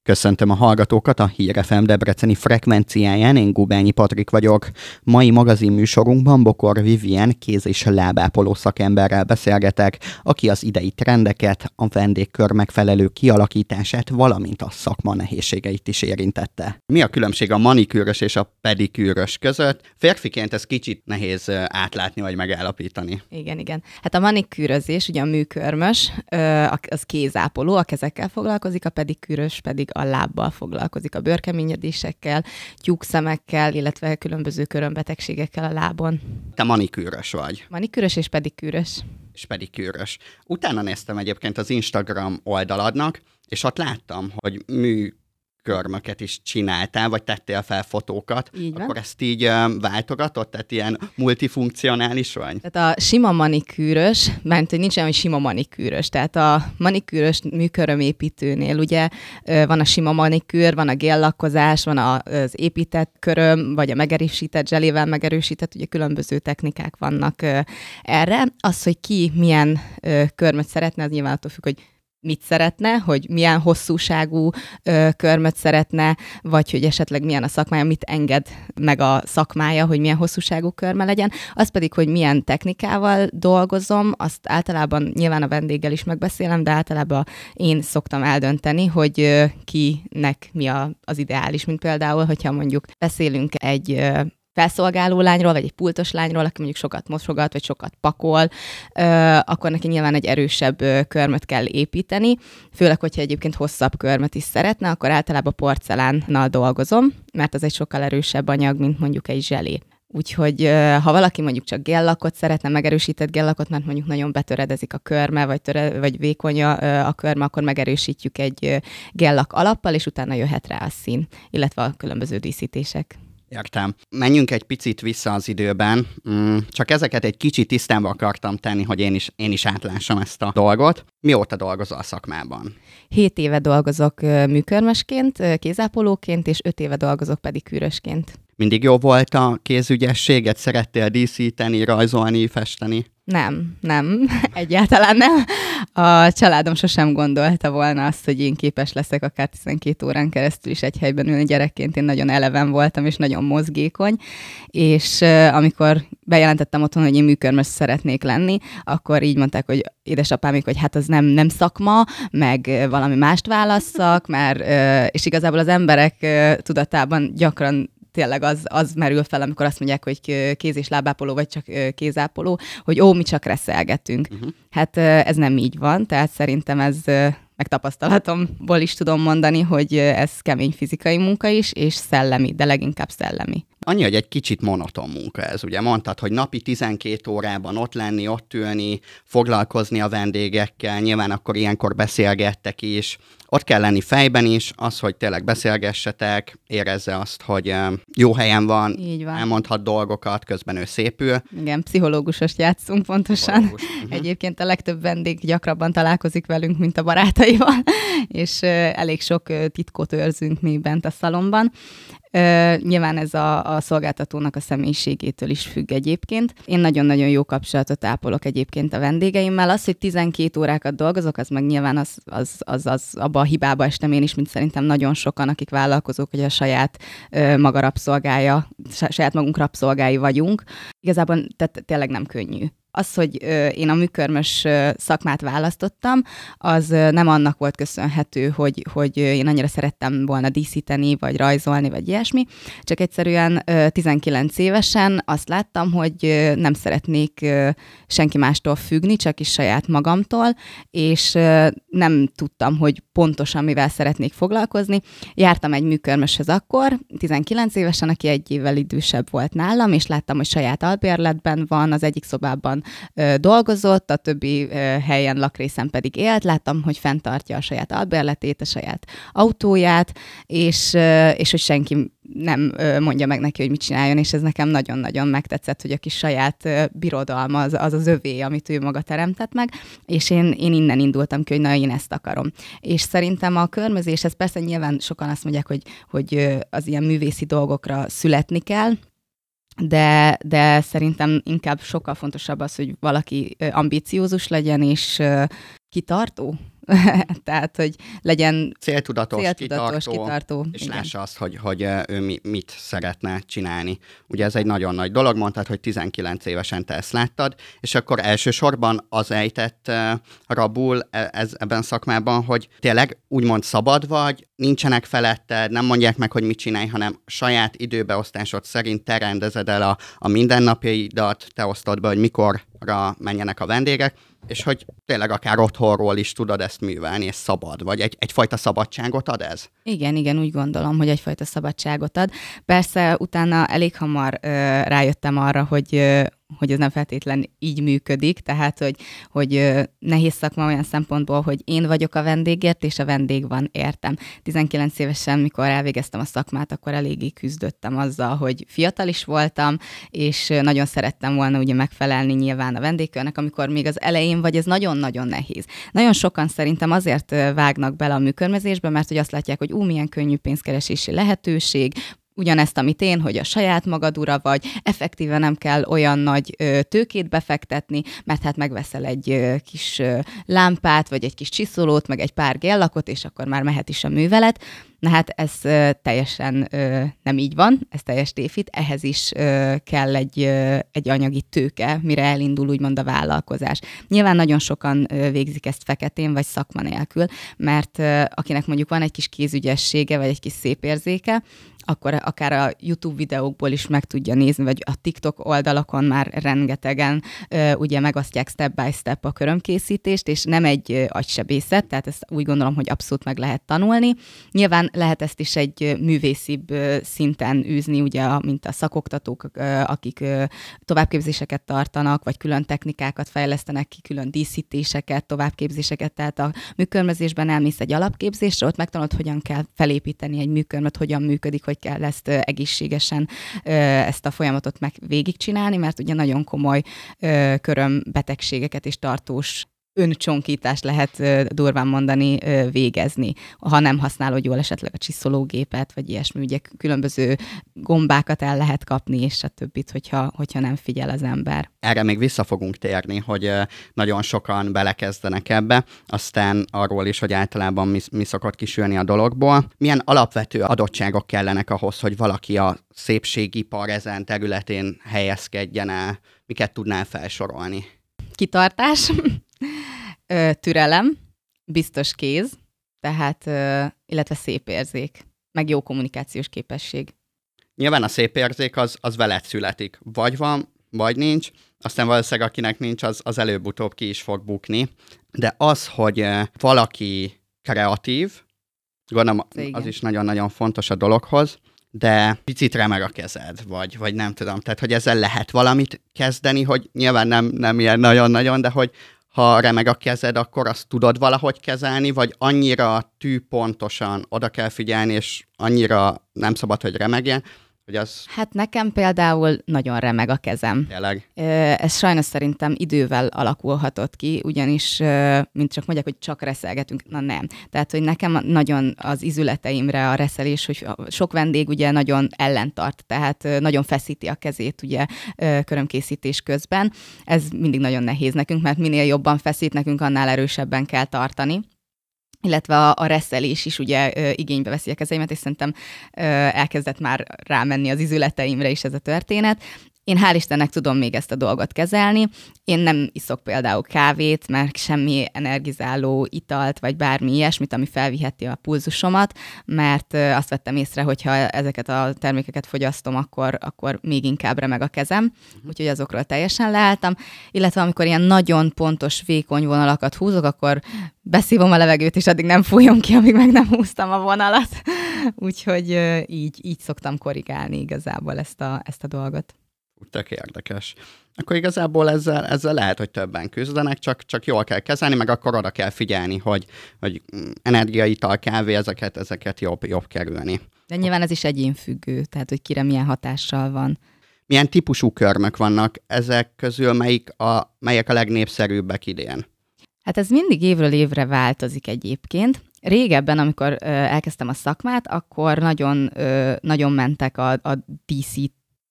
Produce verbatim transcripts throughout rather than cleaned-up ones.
Köszöntöm a hallgatókat a Hír ef em debreceni frekvenciáján, én Gubányi Patrik vagyok. Mai magazinműsorunkban Bokor Vivien kéz- és lábápoló szakemberrel beszélgetek, aki az idei trendeket, a vendégkör megfelelő kialakítását, valamint a szakma nehézségeit is érintette. Mi a különbség a manikűrös és a pedikűrös között? Férfiként ez kicsit nehéz átlátni vagy megállapítani. Igen, igen. Hát a manikűrözés, ugye a műkörmös, az kézápoló, a kezekkel foglalkozik, a pedikűrös pedig a lábbal foglalkozik, a bőrkeményedésekkel, tyúkszemekkel, illetve különböző körömbetegségekkel a lábon. Te manikűrös vagy. Manikűrös és pedikűrös. És pedikűrös. Utána néztem egyébként az Instagram oldaladnak, és ott láttam, hogy mű körmöket is csináltál, vagy tettél fel fotókat, akkor ezt így uh, váltogatod? Tehát ilyen multifunkcionális vagy? Tehát a sima manikűrös, mert hogy nincs olyan, hogy sima manikűrös. Tehát a manikűrös műkörömépítőnél ugye van a sima manikűr, van a géllakkozás, van az épített köröm, vagy a megerősített, zselével megerősített, ugye különböző technikák vannak erre. Az, hogy ki milyen körmöt szeretne, az nyilván attól függ, hogy mit szeretne, hogy milyen hosszúságú ö, körmöt szeretne, vagy hogy esetleg milyen a szakmája, mit enged meg a szakmája, hogy milyen hosszúságú körme legyen. Az pedig, hogy milyen technikával dolgozom, azt általában nyilván a vendéggel is megbeszélem, de általában én szoktam eldönteni, hogy ö, kinek mi a, az ideális, mint például, hogyha mondjuk beszélünk egy ö, felszolgáló lányról, vagy egy pultos lányról, aki mondjuk sokat mosogat, vagy sokat pakol, akkor neki nyilván egy erősebb körmöt kell építeni, főleg, hogyha egyébként hosszabb körmöt is szeretne, akkor általában porcelánnal dolgozom, mert az egy sokkal erősebb anyag, mint mondjuk egy zselé. Úgyhogy ha valaki mondjuk csak géllakot szeretne, megerősített géllakot, mert mondjuk nagyon betöredezik a körme, vagy, töre, vagy vékony a körme, akkor megerősítjük egy géllak alappal, és utána jöhet rá a szín, illetve a különböző díszítések. Értem. Menjünk egy picit vissza az időben. Csak ezeket egy kicsit tisztába akartam tenni, hogy én is, én is átlássam ezt a dolgot. Mióta dolgozol a szakmában? Hét éve dolgozok műkörmösként, kézápolóként, és öt éve dolgozok pedikűrösként. Mindig jó volt a kézügyességet? Szerettél díszíteni, rajzolni, festeni? Nem, nem, egyáltalán nem. A családom sosem gondolta volna azt, hogy én képes leszek akár tizenkét órán keresztül is egy helyben ülni. Gyerekként én nagyon eleven voltam, és nagyon mozgékony, és uh, amikor bejelentettem otthon, hogy én műkörmös szeretnék lenni, akkor így mondták, hogy édesapámik, hogy hát az nem, nem szakma, meg valami mást válasszak, mert, uh, és igazából az emberek uh, tudatában gyakran tényleg az, az merül fel, amikor azt mondják, hogy kéz- és lábápoló, vagy csak kézápoló, hogy ó, mi csak reszelgetünk. Uh-huh. Hát ez nem így van, tehát szerintem ez, meg tapasztalatomból is tudom mondani, hogy ez kemény fizikai munka is, és szellemi, de leginkább szellemi. Annyi, hogy egy kicsit monoton munka ez, ugye mondtad, hogy napi tizenkét órában ott lenni, ott ülni, foglalkozni a vendégekkel, nyilván akkor ilyenkor beszélgettek is, ott kell lenni fejben is, az, hogy tényleg beszélgessetek, érezze azt, hogy jó helyen van, van. Elmondhat dolgokat, közben ő szépül. Igen, pszichológusost játszunk pontosan. Uh-huh. Egyébként a legtöbb vendég gyakrabban találkozik velünk, mint a barátaival, és elég sok titkot őrzünk mi bent a szalomban. Uh, nyilván ez a, a szolgáltatónak a személyiségétől is függ egyébként. Én nagyon-nagyon jó kapcsolatot ápolok egyébként a vendégeimmel. Az, hogy tizenkét órákat dolgozok, az meg nyilván az, az, az, az abba a hibába estem én is, mint szerintem nagyon sokan, akik vállalkozók, hogy a saját uh, maga rabszolgája, saját magunk rabszolgái vagyunk. Igazából tehát tényleg nem könnyű. Az, hogy ö, én a műkörmös ö, szakmát választottam, az ö, nem annak volt köszönhető, hogy, hogy én annyira szerettem volna díszíteni, vagy rajzolni, vagy ilyesmi, csak egyszerűen ö, tizenkilenc évesen azt láttam, hogy ö, nem szeretnék ö, senki mástól függni, csak is saját magamtól, és ö, nem tudtam, hogy pontosan mivel szeretnék foglalkozni. Jártam egy műkörmöshöz akkor, tizenkilenc évesen, aki egy évvel idősebb volt nálam, és láttam, hogy saját albérletben van, az egyik szobában dolgozott, a többi helyen, lakrészen pedig élt. Láttam, hogy fenntartja a saját albérletét, a saját autóját, és, és hogy senki nem mondja meg neki, hogy mit csináljon, és ez nekem nagyon-nagyon megtetszett, hogy a kis saját birodalma az az, az övé, amit ő maga teremtett meg, és én, én innen indultam ki, hogy na, én ezt akarom. És szerintem a körmözés, ez persze nyilván sokan azt mondják, hogy, hogy az ilyen művészi dolgokra születni kell, De, de szerintem inkább sokkal fontosabb az, hogy valaki ambiciózus legyen, és kitartó. Tehát, hogy legyen céltudatos, céltudatos kitartó, kitartó és igen. lássa azt, hogy, hogy ő mi, mit szeretne csinálni. Ugye ez egy nagyon nagy dolog, mondtad, hogy tizenkilenc évesen te ezt láttad, és akkor elsősorban az ejtett rabul ez, ebben a szakmában, hogy tényleg úgymond szabad vagy, nincsenek feletted, nem mondják meg, hogy mit csinálj, hanem saját időbeosztásod szerint te rendezed el a, a mindennapjaidat, te osztod be, hogy mikorra menjenek a vendégek, és hogy tényleg akár otthonról is tudod ezt művelni, és szabad, vagy egy, egyfajta szabadságot ad ez? Igen, igen, úgy gondolom, hogy egyfajta szabadságot ad. Persze utána elég hamar ö, rájöttem arra, hogy, ö, hogy ez nem feltétlen így működik, tehát, hogy, hogy ö, nehéz szakma olyan szempontból, hogy én vagyok a vendégért, és a vendég van értem. tizenkilenc évesen, mikor elvégeztem a szakmát, akkor eléggé küzdöttem azzal, hogy fiatal is voltam, és nagyon szerettem volna ugye megfelelni nyilván a vendégkörnek, amikor még az elején vagy, ez nagyon-nagyon nehéz. Nagyon sokan szerintem azért vágnak bele a műkörmözésbe, mert hogy azt látják, hogy ú, milyen könnyű pénzkeresési lehetőség, ugyanezt, amit én, hogy a saját magad ura vagy, effektíven nem kell olyan nagy ö, tőkét befektetni, mert hát megveszel egy ö, kis ö, lámpát, vagy egy kis csiszolót, meg egy pár gellakot, és akkor már mehet is a művelet. Na hát ez ö, teljesen ö, nem így van, ez teljes tévhit, ehhez is ö, kell egy, ö, egy anyagi tőke, mire elindul úgymond a vállalkozás. Nyilván nagyon sokan ö, végzik ezt feketén, vagy szakma nélkül, mert ö, akinek mondjuk van egy kis kézügyessége, vagy egy kis szépérzéke, akkor akár a YouTube videókból is meg tudja nézni, vagy a TikTok oldalakon már rengetegen ö, ugye megosztják step by step a körömkészítést, és nem egy ö, agysebészet, tehát ezt úgy gondolom, hogy abszolút meg lehet tanulni. Nyilván lehet ezt is egy ö, művészibb ö, szinten űzni, ugye, a, mint a szakoktatók, ö, akik ö, továbbképzéseket tartanak, vagy külön technikákat fejlesztenek ki, külön díszítéseket, továbbképzéseket, tehát a műkörmözésben elmész egy alapképzésre, ott megtanulod, hogyan kell felépíteni egy műkörmöt, hogyan működik, hogy kell ezt egészségesen ezt a folyamatot meg végigcsinálni, mert ugye nagyon komoly körömbetegségeket és tartós öncsonkítást lehet durván mondani végezni, ha nem használod jól esetleg a csiszológépet, vagy ilyesmi, ugye különböző gombákat el lehet kapni, és a többit, hogyha, hogyha nem figyel az ember. Erre még vissza fogunk térni, hogy nagyon sokan belekezdenek ebbe, aztán arról is, hogy általában mi, mi szokott kisülni a dologból. Milyen alapvető adottságok kellenek ahhoz, hogy valaki a szépségipar ezen területén helyezkedjen el? Miket tudnál felsorolni? Kitartás, türelem, biztos kéz, tehát, illetve szép érzék, meg jó kommunikációs képesség. Nyilván a szép érzék az, az veled születik. Vagy van, vagy nincs, aztán valószínűleg akinek nincs, az, az előbb-utóbb ki is fog bukni. De az, hogy valaki kreatív, gondolom az is nagyon-nagyon fontos a dologhoz, de picit remeg a kezed, vagy, vagy nem tudom. Tehát, hogy ezzel lehet valamit kezdeni, hogy nyilván nem, nem ilyen nagyon-nagyon, de hogy ha remeg a kezed, akkor azt tudod valahogy kezelni, vagy annyira tűpontosan oda kell figyelni, és annyira nem szabad, hogy remegjen, hogy az... Hát nekem például nagyon remeg a kezem. Tényleg? Ez sajnos szerintem idővel alakulhatott ki, ugyanis, mint csak mondják, hogy csak reszelgetünk, na nem. Tehát, hogy nekem nagyon az izületeimre a reszelés, hogy sok vendég ugye nagyon ellentart, tehát nagyon feszíti a kezét ugye körömkészítés közben. Ez mindig nagyon nehéz nekünk, mert minél jobban feszít nekünk, annál erősebben kell tartani. Illetve a, a reszelés is ugye ö, igénybe veszi a kezeimet, és szerintem ö, elkezdett már rámenni az izületeimre is ez a történet. Én hál' Istennek tudom még ezt a dolgot kezelni. Én nem iszok például kávét, mert semmi energizáló italt, vagy bármi ilyesmit, ami felviheti a pulzusomat, mert azt vettem észre, hogyha ezeket a termékeket fogyasztom, akkor, akkor még inkább remeg a kezem, úgyhogy azokról teljesen leálltam. Illetve amikor ilyen nagyon pontos, vékony vonalakat húzok, akkor beszívom a levegőt, és addig nem fújom ki, amíg meg nem húztam a vonalat. Úgyhogy így, így szoktam korrigálni igazából ezt a, ezt a dolgot. Tök érdekes. Akkor igazából ezzel, ezzel lehet, hogy többen küzdenek, csak, csak jól kell kezelni, meg akkor oda kell figyelni, hogy, hogy energiaital, kávé, ezeket, ezeket jobb, jobb kerülni. De nyilván ez is egyénfüggő, tehát hogy kire milyen hatással van. Milyen típusú körmök vannak ezek közül, melyik a, melyek a legnépszerűbbek idén? Hát ez mindig évről évre változik egyébként. Régebben, amikor ö, elkezdtem a szakmát, akkor nagyon, ö, nagyon mentek a, a díszít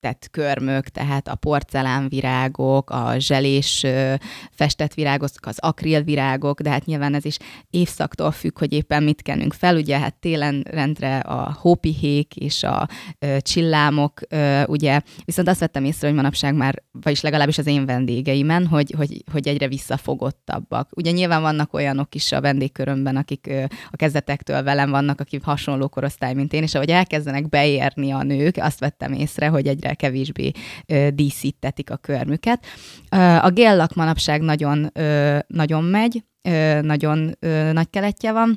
tett körmök, tehát a porcelánvirágok, a zselés festett virágok, az akrilvirágok, de hát nyilván ez is évszaktól függ, hogy éppen mit kenünk fel. Ugye hát télen rendre a hópihék és a ö, csillámok, ö, ugye, viszont azt vettem észre, hogy manapság már, vagyis legalábbis az én vendégeimen, hogy, hogy, hogy egyre visszafogottabbak. Ugye nyilván vannak olyanok is a vendégkörömben, akik ö, a kezdetektől velem vannak, akik hasonló korosztály, mint én, és ahogy elkezdenek beérni a nők, azt vettem észre, hogy egyre kevésbé ö, díszítetik a körmüket. Ö, a géllak manapság nagyon, ö, nagyon megy, ö, nagyon ö, nagy keletje van.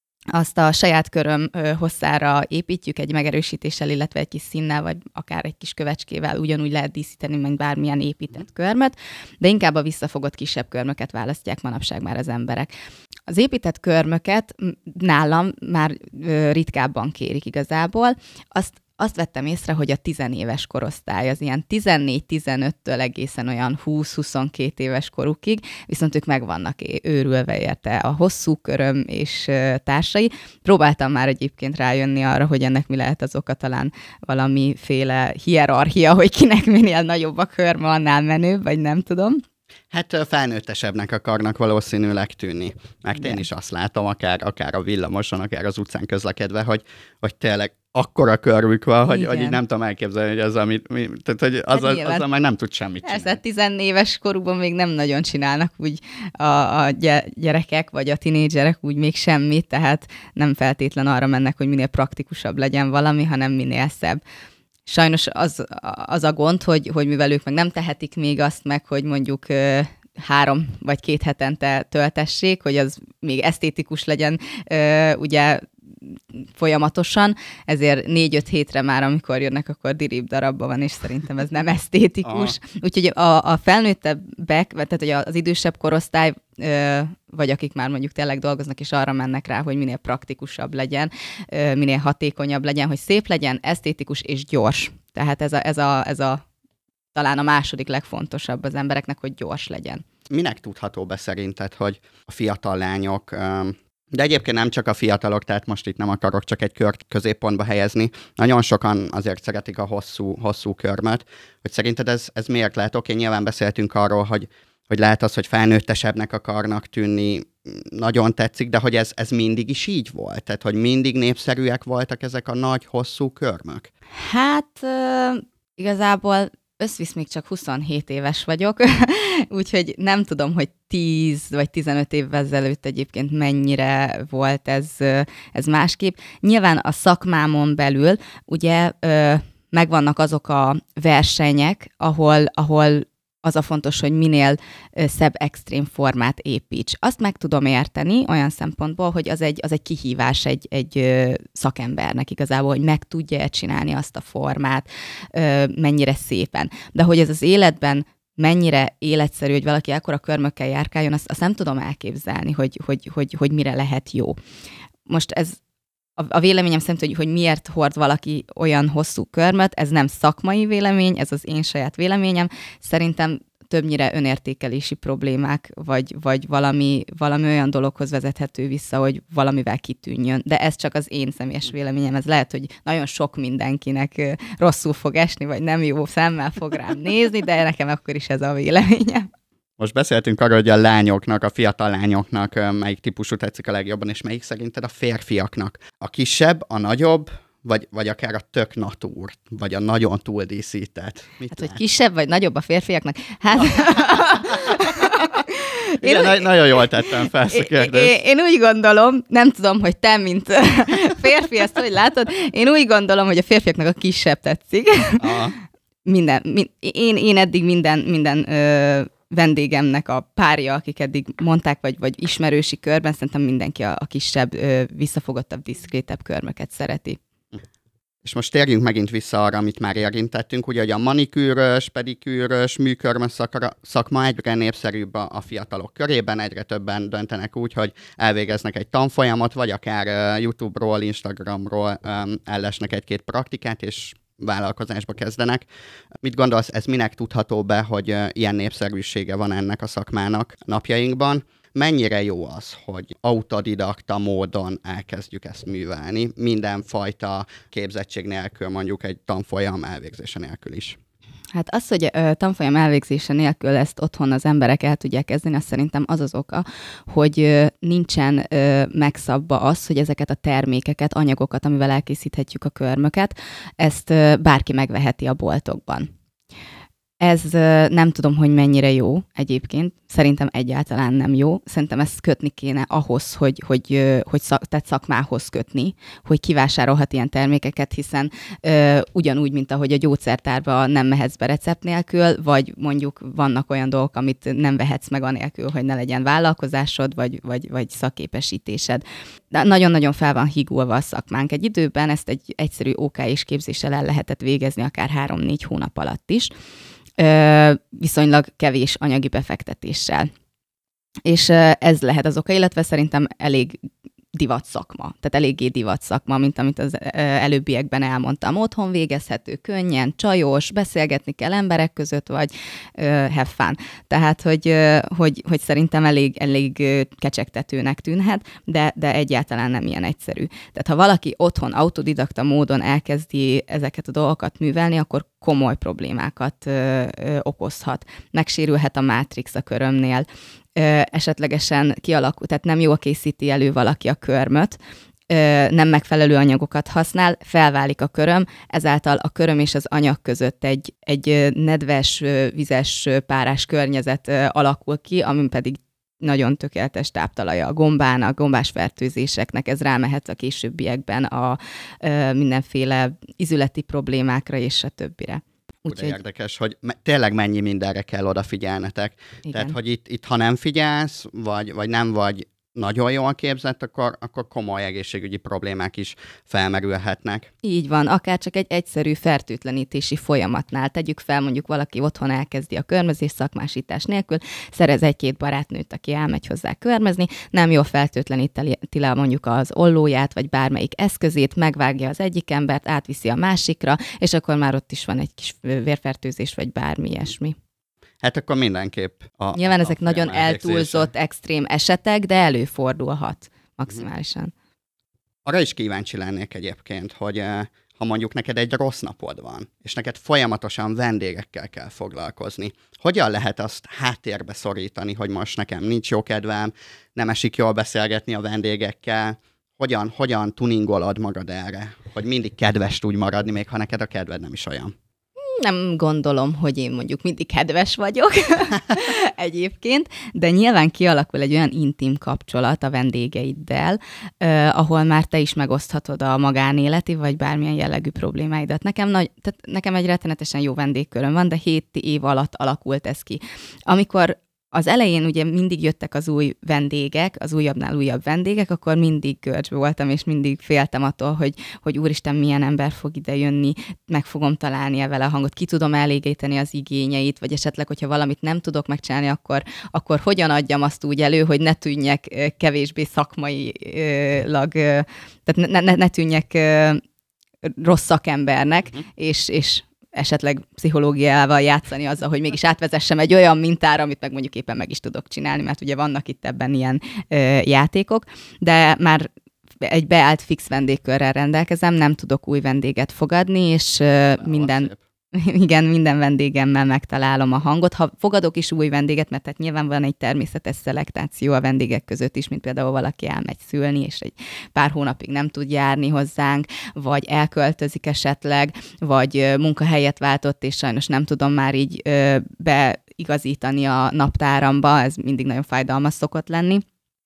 Azt a saját köröm ö, hosszára építjük egy megerősítéssel, illetve egy kis színnel, vagy akár egy kis kövecskével ugyanúgy lehet díszíteni, mint bármilyen épített körmet, de inkább a visszafogott kisebb körmöket választják manapság már az emberek. Az épített körmöket nálam már ö, ritkábban kérik igazából. Azt Azt vettem észre, hogy a tizenéves korosztály, az ilyen tizennégy-tizenöttől egészen olyan húsz-huszonkét éves korukig, viszont ők meg vannak őrülve érte a hosszú köröm és társai. Próbáltam már egyébként rájönni arra, hogy ennek mi lehet az oka, talán valamiféle hierarchia, hogy kinek minél nagyobb a körme, annál menőbb, vagy nem tudom. Hát felnőttesebbnek akarnak valószínűleg tűnni. Mert én is azt látom, akár, akár a villamoson, akár az utcán közlekedve, hogy, hogy tényleg akkora körmük van, hogy, hogy így nem tudom elképzelni, hogy az, amit, mi, tehát, hogy az, hát az, azzal már nem tud semmit csinálni. Persze, tizenéves korukban még nem nagyon csinálnak úgy a, a gyerekek, vagy a tinédzserek úgy még semmit, tehát nem feltétlen arra mennek, hogy minél praktikusabb legyen valami, hanem minél szebb. Sajnos az, az a gond, hogy, hogy mivel ők meg nem tehetik még azt meg, hogy mondjuk ö, három vagy két hetente töltessék, hogy az még esztétikus legyen, ö, ugye folyamatosan, ezért négy-öt hétre már, amikor jönnek, akkor dirib darabban van, és szerintem ez nem esztétikus. Úgyhogy a, a felnőttebbek, tehát hogy az idősebb korosztály, vagy akik már mondjuk tényleg dolgoznak, és arra mennek rá, hogy minél praktikusabb legyen, minél hatékonyabb legyen, hogy szép legyen, esztétikus és gyors. Tehát ez a, ez a, ez a talán a második legfontosabb az embereknek, hogy gyors legyen. Minek tudható be szerinted, hogy a fiatal lányok, de egyébként nem csak a fiatalok, tehát most itt nem akarok csak egy kört középpontba helyezni, nagyon sokan azért szeretik a hosszú, hosszú körmöt, hogy szerinted ez, ez miért lehet? Oké, nyilván beszéltünk arról, hogy, hogy lehet az, hogy felnőttesebbnek akarnak tűnni, nagyon tetszik, de hogy ez, ez mindig is így volt? Tehát, hogy mindig népszerűek voltak ezek a nagy, hosszú körmök? Hát uh, igazából összvisz még csak huszonhét éves vagyok, úgyhogy nem tudom, hogy tíz vagy tizenöt évvel ezelőtt egyébként mennyire volt ez, ez másképp. Nyilván a szakmámon belül ugye megvannak azok a versenyek, ahol, ahol az a fontos, hogy minél szebb extrém formát építs. Azt meg tudom érteni olyan szempontból, hogy az egy, az egy kihívás egy, egy szakembernek igazából, hogy meg tudja csinálni azt a formát, mennyire szépen. De hogy ez az életben mennyire életszerű, hogy valaki ekkora körmökkel járkáljon, azt, azt nem tudom elképzelni, hogy, hogy, hogy, hogy mire lehet jó. Most ez a véleményem szerint, hogy, hogy miért hord valaki olyan hosszú körmöt, ez nem szakmai vélemény, ez az én saját véleményem. Szerintem többnyire önértékelési problémák, vagy, vagy valami, valami olyan dologhoz vezethető vissza, hogy valamivel kitűnjön. De ez csak az én személyes véleményem. Ez lehet, hogy nagyon sok mindenkinek rosszul fog esni, vagy nem jó szemmel fog rám nézni, de nekem akkor is ez a véleményem. Most beszéltünk arról, hogy a lányoknak, a fiatal lányoknak melyik típusú tetszik a legjobban, és melyik szerinted a férfiaknak? A kisebb, a nagyobb, vagy, vagy akár a tök natúr, vagy a nagyon túldíszített? Mit hát, lát? Hogy kisebb, vagy nagyobb a férfiaknak? Hát... Igen, úgy... nagyon jól tettem fel ezt a kérdést. Én, én úgy gondolom, nem tudom, hogy te, mint férfi, ezt hogy látod, én úgy gondolom, hogy a férfiaknak a kisebb tetszik. Minden, min, én, én eddig minden, minden ö, vendégemnek a párja, akik eddig mondták, vagy, vagy ismerősi körben, szerintem mindenki a, a kisebb, ö, visszafogottabb, diszkrétebb körmöket szereti. És most térjünk megint vissza arra, amit már érintettünk, ugye, hogy a manikűrös, pedikűrös, műkörmös szakma egyre népszerűbb a, a fiatalok körében, egyre többen döntenek úgy, hogy elvégeznek egy tanfolyamot, vagy akár uh, YouTube-ról, Instagramról um, ellesnek egy-két praktikát, és vállalkozásba kezdenek. Mit gondolsz, ez minek tudható be, hogy uh, ilyen népszerűsége van ennek a szakmának napjainkban? Mennyire jó az, hogy autodidakta módon elkezdjük ezt művelni, mindenfajta képzettség nélkül, mondjuk egy tanfolyam elvégzése nélkül is? Hát az, hogy ö, tanfolyam elvégzése nélkül ezt otthon az emberek el tudják kezdeni, azt szerintem az az oka, hogy ö, nincsen ö, megszabva az, hogy ezeket a termékeket, anyagokat, amivel elkészíthetjük a körmöket, ezt ö, bárki megveheti a boltokban. Ez nem tudom, hogy mennyire jó egyébként. Szerintem egyáltalán nem jó. Szerintem ezt kötni kéne ahhoz, hogy, hogy, hogy szak, tehát szakmához kötni, hogy kivásárolhat ilyen termékeket, hiszen ö, ugyanúgy, mint ahogy a gyógyszertárba nem mehetsz be recept nélkül, vagy mondjuk vannak olyan dolgok, amit nem vehetsz meg anélkül, hogy ne legyen vállalkozásod, vagy, vagy, vagy szakképesítésed. De nagyon-nagyon fel van higulva a szakmánk. Egy időben ezt egy egyszerű ó ká és képzéssel el lehetett végezni, akár három-négy hónap alatt is. Ö, viszonylag kevés anyagi befektetéssel. És ö, ez lehet az oka, illetve szerintem elég divat szakma. Tehát eléggé divat szakma, mint amit az ö, előbbiekben elmondtam. Otthon végezhető, könnyen, csajos, beszélgetni kell emberek között, vagy ö, have fun. Tehát, hogy, ö, hogy, hogy szerintem elég, elég kecsegtetőnek tűnhet, de, de egyáltalán nem ilyen egyszerű. Tehát ha valaki otthon autodidakta módon elkezdi ezeket a dolgokat művelni, akkor komoly problémákat ö, ö, okozhat. Megsérülhet a mátrix a körömnél, ö, esetlegesen kialakul, tehát nem jól készíti elő valaki a körmöt, ö, nem megfelelő anyagokat használ, felválik a köröm, ezáltal a köröm és az anyag között egy, egy nedves, vizes, párás környezet ö, alakul ki, amin pedig nagyon tökéletes táptalaja a gombának, gombás fertőzéseknek, ez rámehet a későbbiekben a ö, mindenféle izületi problémákra és a többire. Úgyhogy érdekes, hogy me- tényleg mennyi mindenre kell odafigyelnetek. Igen. Tehát, hogy itt, itt ha nem figyelsz, vagy, vagy nem vagy nagyon jól képzett, akkor, akkor komoly egészségügyi problémák is felmerülhetnek. Így van, akár csak egy egyszerű fertőtlenítési folyamatnál. Tegyük fel, mondjuk valaki otthon elkezdi a körmözés szakmásítás nélkül, szerez egy-két barátnőt, aki elmegy hozzá körmözni, nem jól fertőtleníti le mondjuk az ollóját, vagy bármelyik eszközét, megvágja az egyik embert, átviszi a másikra, és akkor már ott is van egy kis vérfertőzés, vagy bármi ilyesmi. Hát akkor mindenképp a... Nyilván a, ezek a nagyon eltúlzott, extrém esetek, de előfordulhat maximálisan. Arra is kíváncsi lennék egyébként, hogy ha mondjuk neked egy rossz napod van, és neked folyamatosan vendégekkel kell foglalkozni, hogyan lehet azt háttérbe szorítani, hogy most nekem nincs jó kedvem, nem esik jól beszélgetni a vendégekkel, hogyan, hogyan tuningolod magad erre, hogy mindig kedves tudj maradni, még ha neked a kedved nem is olyan? Nem gondolom, hogy én mondjuk mindig kedves vagyok egyébként, de nyilván kialakul egy olyan intim kapcsolat a vendégeiddel, eh, ahol már te is megoszthatod a magánéleti, vagy bármilyen jellegű problémáidat. Nekem, nagy, tehát nekem egy rettenetesen jó vendégköröm van, de hét év alatt alakult ez ki. Amikor az elején ugye mindig jöttek az új vendégek, az újabbnál újabb vendégek, akkor mindig görcsbe voltam, és mindig féltem attól, hogy, hogy úristen, milyen ember fog ide jönni, meg fogom találni vele a hangot, ki tudom elégíteni az igényeit, vagy esetleg, hogyha valamit nem tudok megcsinálni, akkor, akkor hogyan adjam azt úgy elő, hogy ne tűnjek kevésbé szakmailag, tehát ne, ne, ne tűnjek rossz szakembernek, uh-huh. és, és esetleg pszichológiával játszani azzal, hogy mégis átvezessem egy olyan mintára, amit meg mondjuk éppen meg is tudok csinálni, mert ugye vannak itt ebben ilyen ö, játékok, de már egy beállt fix vendégkörrel rendelkezem, nem tudok új vendéget fogadni, és ö, minden... Igen, minden vendégemmel megtalálom a hangot. Ha fogadok is új vendéget, mert tehát nyilván van egy természetes szelektáció a vendégek között is, mint például valaki elmegy szülni, és egy pár hónapig nem tud járni hozzánk, vagy elköltözik esetleg, vagy munkahelyet váltott, és sajnos nem tudom már így ö, beigazítani a naptáramba, ez mindig nagyon fájdalmas szokott lenni.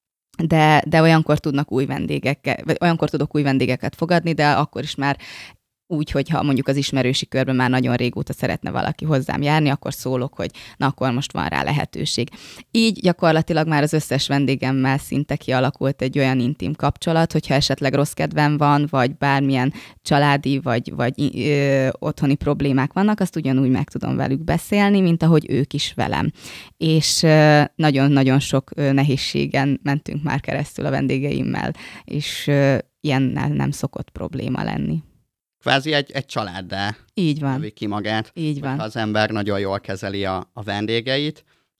De, de olyankor tudnak új vendégek, vagy olyankor tudok új vendégeket fogadni, de akkor is már úgy, hogyha mondjuk az ismerősi körben már nagyon régóta szeretne valaki hozzám járni, akkor szólok, hogy na akkor most van rá lehetőség. Így gyakorlatilag már az összes vendégemmel szinte kialakult egy olyan intim kapcsolat, hogyha esetleg rossz kedvem van, vagy bármilyen családi, vagy, vagy ö, otthoni problémák vannak, azt ugyanúgy meg tudom velük beszélni, mint ahogy ők is velem. És ö, nagyon-nagyon sok ö, nehézségen mentünk már keresztül a vendégeimmel, és ö, ilyennel nem szokott probléma lenni. Kvázi egy, egy családdá így van. ki magát. Így van. Ha az ember nagyon jól kezeli a, a vendégeit,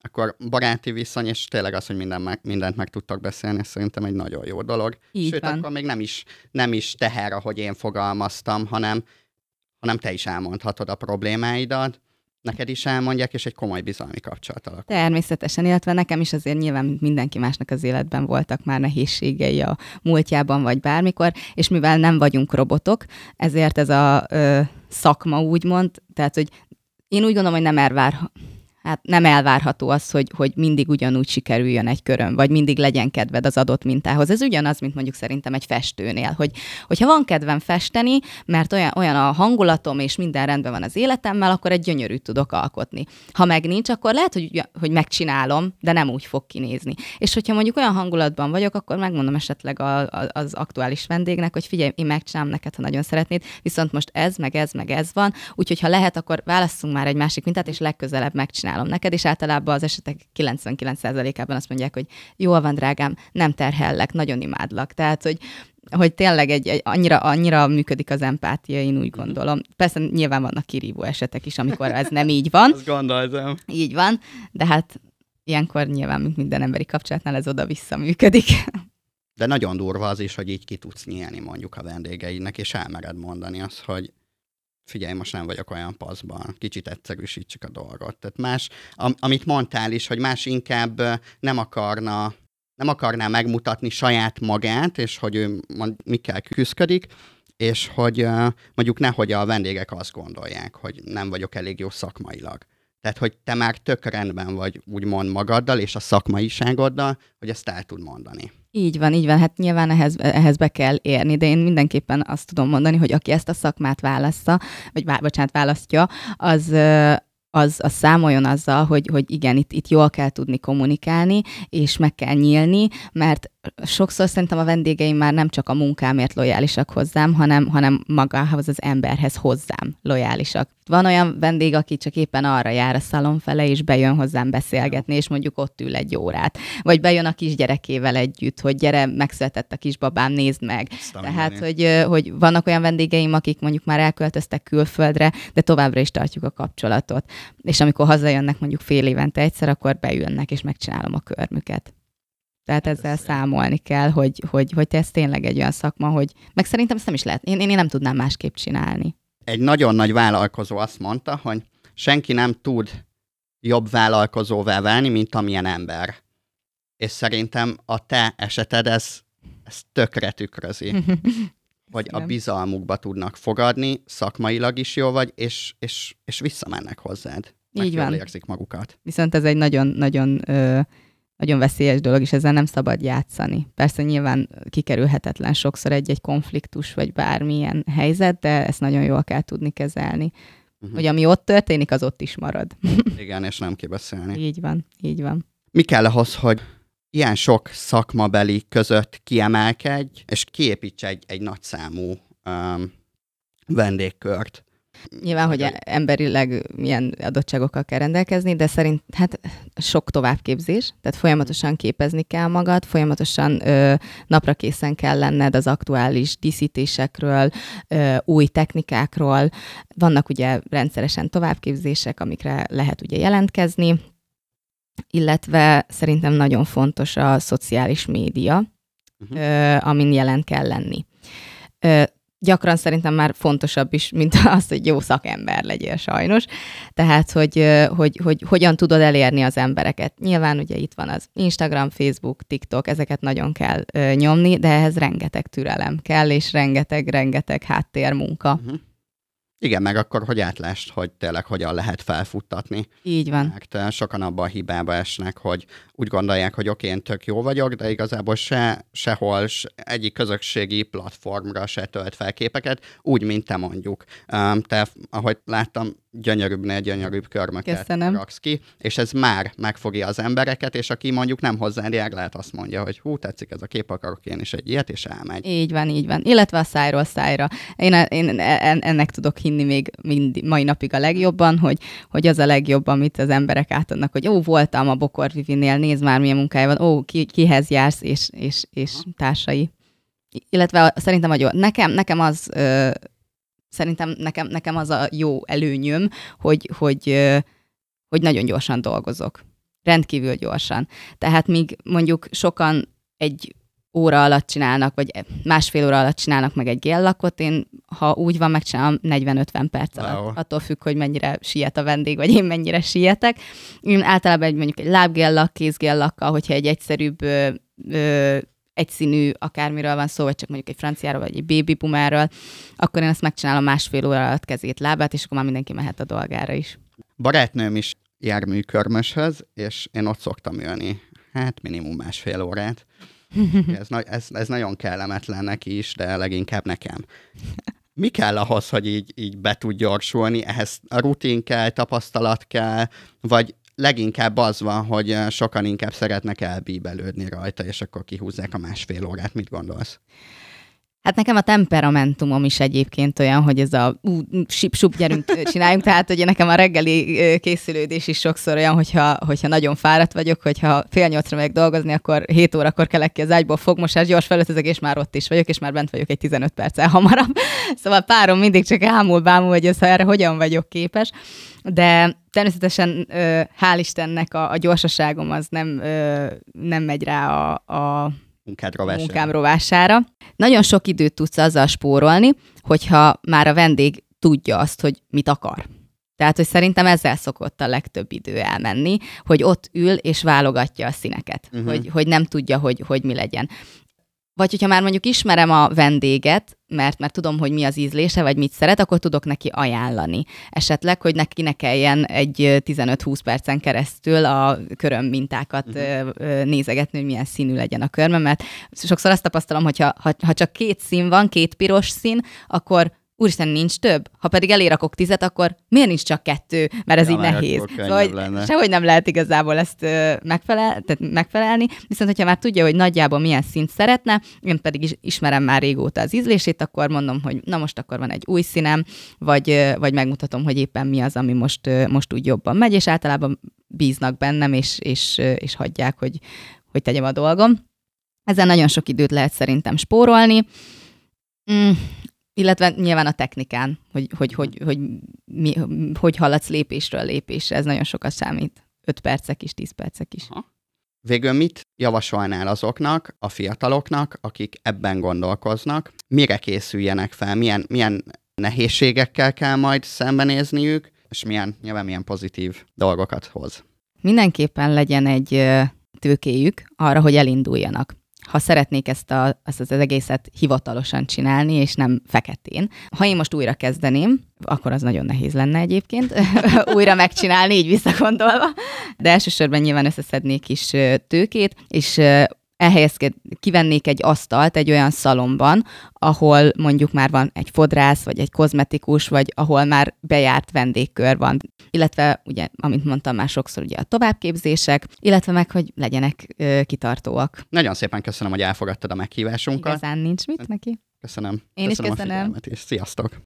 akkor baráti viszony, és tényleg az, hogy minden meg, mindent meg tudtak beszélni, ez szerintem egy nagyon jó dolog. Így Sőt, van. akkor még nem is, nem is teher, ahogy én fogalmaztam, hanem, hanem te is elmondhatod a problémáidat, neked is elmondják, és egy komoly bizalmi kapcsolat alakul. Természetesen, illetve nekem is azért nyilván, mint mindenki másnak az életben voltak már nehézségei a múltjában, vagy bármikor, és mivel nem vagyunk robotok, ezért ez a ö, szakma úgymond, tehát, hogy én úgy gondolom, hogy nem elvár, hát nem elvárható az, hogy, hogy mindig ugyanúgy sikerüljön egy körön, vagy mindig legyen kedved az adott mintához. Ez ugyanaz, mint mondjuk szerintem egy festőnél, hogy hogyha van kedvem festeni, mert olyan, olyan a hangulatom, és minden rendben van az életemmel, akkor egy gyönyörűt tudok alkotni. Ha meg nincs, akkor lehet, hogy, hogy megcsinálom, de nem úgy fog kinézni. És hogyha mondjuk olyan hangulatban vagyok, akkor megmondom esetleg a, a, az aktuális vendégnek, hogy figyelj, én megcsinálom neked, ha nagyon szeretnéd, viszont most ez, meg ez, meg ez van, úgyhogy ha lehet, akkor válasszunk már egy másik mintát, és legközelebb megcsinálom neked, és általában az esetek kilencvenkilenc százalékában azt mondják, hogy jól van, drágám, nem terhellek, nagyon imádlak. Tehát, hogy, hogy tényleg egy, egy annyira, annyira működik az empátia, én úgy gondolom. Persze nyilván vannak kirívó esetek is, amikor ez nem így van. Azt gondoltam. Így van, de hát ilyenkor nyilván, mint minden emberi kapcsolatnál, ez oda-vissza működik. De nagyon durva az is, hogy így ki tudsz nyílni mondjuk a vendégeidnek, és elmered mondani azt, hogy figyelj, most nem vagyok olyan paszban, kicsit egyszerűsítsük a dolgot. Tehát más, am, amit mondtál is, hogy más inkább nem akarna, nem akarná megmutatni saját magát, és hogy ő mikkel küszködik, és hogy mondjuk nehogy a vendégek azt gondolják, hogy nem vagyok elég jó szakmailag. Tehát, hogy te már tök rendben vagy úgymond magaddal és a szakmaiságoddal, hogy ezt el tud mondani. Így van, így van. Hát nyilván ehhez, ehhez be kell érni, de én mindenképpen azt tudom mondani, hogy aki ezt a szakmát válassza, vagy bocsánat, választja, az, az, az számoljon azzal, hogy, hogy igen, itt, itt jól kell tudni kommunikálni, és meg kell nyílni, mert sokszor szerintem a vendégeim már nem csak a munkámért lojálisak hozzám, hanem, hanem magához az emberhez hozzám lojálisak. Van olyan vendég, aki csak éppen arra jár a szalon fele, és bejön hozzám beszélgetni, és mondjuk ott ül egy órát. Vagy bejön a kisgyerekével együtt, hogy gyere, megszületett a kisbabám, nézd meg. Tehát, hogy, hogy vannak olyan vendégeim, akik mondjuk már elköltöztek külföldre, de továbbra is tartjuk a kapcsolatot. És amikor hazajönnek mondjuk fél évente egyszer, akkor bejönnek, és megcsinálom a körmüket. Tehát ezzel számolni kell, hogy, hogy, hogy ez tényleg egy olyan szakma, hogy meg szerintem ezt nem is lehet. Én, én nem tudnám másképp csinálni. Egy nagyon nagy vállalkozó azt mondta, hogy senki nem tud jobb vállalkozóvá válni, mint amilyen ember. És szerintem a te eseted ez, ez tökre tükrözi. Hogy a bizalmukba tudnak fogadni, szakmailag is jó vagy, és, és, és visszamennek hozzád. Így van. Érzik magukat. Viszont ez egy nagyon-nagyon nagyon veszélyes dolog, és ezzel nem szabad játszani. Persze nyilván kikerülhetetlen sokszor egy-egy konfliktus, vagy bármilyen helyzet, de ezt nagyon jól kell tudni kezelni. Uh-huh. Hogy ami ott történik, az ott is marad. Igen, és nem kibeszélni. Így van, így van. Mi kell ahhoz, hogy ilyen sok szakmabeli között kiemelkedj, és kiépíts egy, egy nagyszámú um, vendégkört? Nyilván, hogy emberileg milyen adottságokkal kell rendelkezni, de szerint hát sok továbbképzés, tehát folyamatosan képezni kell magad, folyamatosan ö, napra készen kell lenned az aktuális díszítésekről, ö, új technikákról. Vannak ugye rendszeresen továbbképzések, amikre lehet ugye jelentkezni, illetve szerintem nagyon fontos a szociális média, uh-huh. ö, amin jelen kell lenni. Ö, Gyakran szerintem már fontosabb is, mint az, hogy jó szakember legyél sajnos. Tehát, hogy, hogy, hogy hogyan tudod elérni az embereket. Nyilván ugye itt van az Instagram, Facebook, TikTok, ezeket nagyon kell ö, nyomni, de ehhez rengeteg türelem kell, és rengeteg-rengeteg háttérmunka. Uh-huh. Igen, meg akkor, hogy átlásd, hogy tényleg hogyan lehet felfuttatni. Így van. Mert sokan abban a hibába esnek, hogy úgy gondolják, hogy oké, én tök jó vagyok, de igazából se, sehol, se, egyik közösségi platformra se tölt fel képeket, úgy, mint te mondjuk. Te, ahogy láttam, gyönyörűbbnél gyönyörűbb körmöket raksz ki, és ez már megfogja az embereket, és aki mondjuk nem hozzád jár, lehet azt mondja, hogy hú, tetszik ez a kép, akarok én is egy ilyet, és elmegy. Így van, így van. Illetve a szájról szájra. Én, én ennek tudok hinni még mind, mai napig a legjobban, hogy, hogy az a legjobb, amit az emberek átadnak, hogy ó, voltam a Bokor Vivinél, nézd már, milyen munkája van, ó, ki, kihez jársz, és, és, és társai. Illetve szerintem, hogy jó. Nekem, nekem az... Ö, Szerintem nekem, nekem az a jó előnyöm, hogy, hogy, hogy nagyon gyorsan dolgozok. rendkívül gyorsan. Tehát míg mondjuk sokan egy óra alatt csinálnak, vagy másfél óra alatt csinálnak meg egy géllakot, én, ha úgy van, megcsinálom negyven-ötven perc alatt. Wow. Attól függ, hogy mennyire siet a vendég, vagy én mennyire sietek. Én általában egy, mondjuk egy lábgéllak, kézgéllakkal, hogyha egy egyszerűbb, ö, ö, egyszínű akármiről van szó, vagy csak mondjuk egy franciáról, vagy egy baby pumáról, akkor én ezt megcsinálom másfél óra alatt kezét, lábát, és akkor már mindenki mehet a dolgára is. Barátnőm is jár műkörmöshöz, és én ott szoktam ülni, hát minimum másfél órát. Ez, ez, ez nagyon kellemetlen neki is, de leginkább nekem. Mi kell ahhoz, hogy így, így be tud gyorsulni? Ehhez a rutin kell, tapasztalat kell, vagy leginkább az van, hogy sokan inkább szeretnek elbíbelődni rajta, és akkor kihúzzák a másfél órát. Mit gondolsz? Hát nekem a temperamentumom is egyébként olyan, hogy ez a ú, sip-sup, gyerünk, csináljunk, tehát hogy nekem a reggeli készülődés is sokszor olyan, hogyha, hogyha nagyon fáradt vagyok, hogyha fél nyolcra megyek dolgozni, akkor hét órakor kelek ki az ágyból, fogmosás, gyors felöltözök, és már ott is vagyok, és már bent vagyok egy tizenöt perccel hamarabb. Szóval párom mindig csak ámul-bámul, hogy ez, erre hogyan vagyok képes. De természetesen hál' Istennek a, a gyorsaságom az nem, nem megy rá a, a munkám rovására. Nagyon sok időt tudsz azzal spórolni, hogyha már a vendég tudja azt, hogy mit akar. Tehát, hogy szerintem ezzel szokott a legtöbb idő elmenni, hogy ott ül és válogatja a színeket, uh-huh. hogy, hogy nem tudja, hogy, hogy mi legyen. Vagy hogyha már mondjuk ismerem a vendéget, mert, mert tudom, hogy mi az ízlése, vagy mit szeret, akkor tudok neki ajánlani. Esetleg, hogy neki ne kelljen egy tizenöt-húsz percen keresztül a köröm mintákat uh-huh. nézegetni, hogy milyen színű legyen a körme, mert sokszor azt tapasztalom, hogy ha, ha, ha csak két szín van, két piros szín, akkor úristen, nincs több. Ha pedig elérakok tizet, akkor miért nincs csak kettő? Mert ez ja, így nehéz. Szóval sehogy nem lehet igazából ezt megfelel, tehát megfelelni. Viszont, hogyha már tudja, hogy nagyjából milyen színt szeretne, én pedig is ismerem már régóta az ízlését, akkor mondom, hogy na most akkor van egy új színem, vagy, vagy megmutatom, hogy éppen mi az, ami most, most úgy jobban megy, és általában bíznak bennem, és, és, és hagyják, hogy, hogy tegyem a dolgom. Ezzel nagyon sok időt lehet szerintem spórolni. Mm. Illetve nyilván a technikán, hogy hogy, hogy, hogy, mi, hogy haladsz lépésről lépésre, ez nagyon sokat számít. öt percek is, tíz percek is. Aha. Végül mit javasolnál azoknak, a fiataloknak, akik ebben gondolkoznak? Mire készüljenek fel? Milyen, milyen nehézségekkel kell majd szembenézniük, és milyen, nyilván milyen pozitív dolgokat hoz? Mindenképpen legyen egy tőkéjük arra, hogy elinduljanak. Ha szeretnék ezt, a, ezt az egészet hivatalosan csinálni, és nem feketén. Ha én most újra kezdeném, akkor az nagyon nehéz lenne egyébként, újra megcsinálni, így visszagondolva. De elsősorban nyilván összeszednék is tőkét, és elhelyezked, kivennék egy asztalt egy olyan szalomban, ahol mondjuk már van egy fodrász, vagy egy kozmetikus, vagy ahol már bejárt vendégkör van. Illetve, ugye, amit mondtam már sokszor, ugye a továbbképzések, illetve meg, hogy legyenek ö, kitartóak. Nagyon szépen köszönöm, hogy elfogadtad a meghívásunkat. Igazán nincs mit neki. Köszönöm. Én köszönöm is köszönöm. A figyelmet, és sziasztok!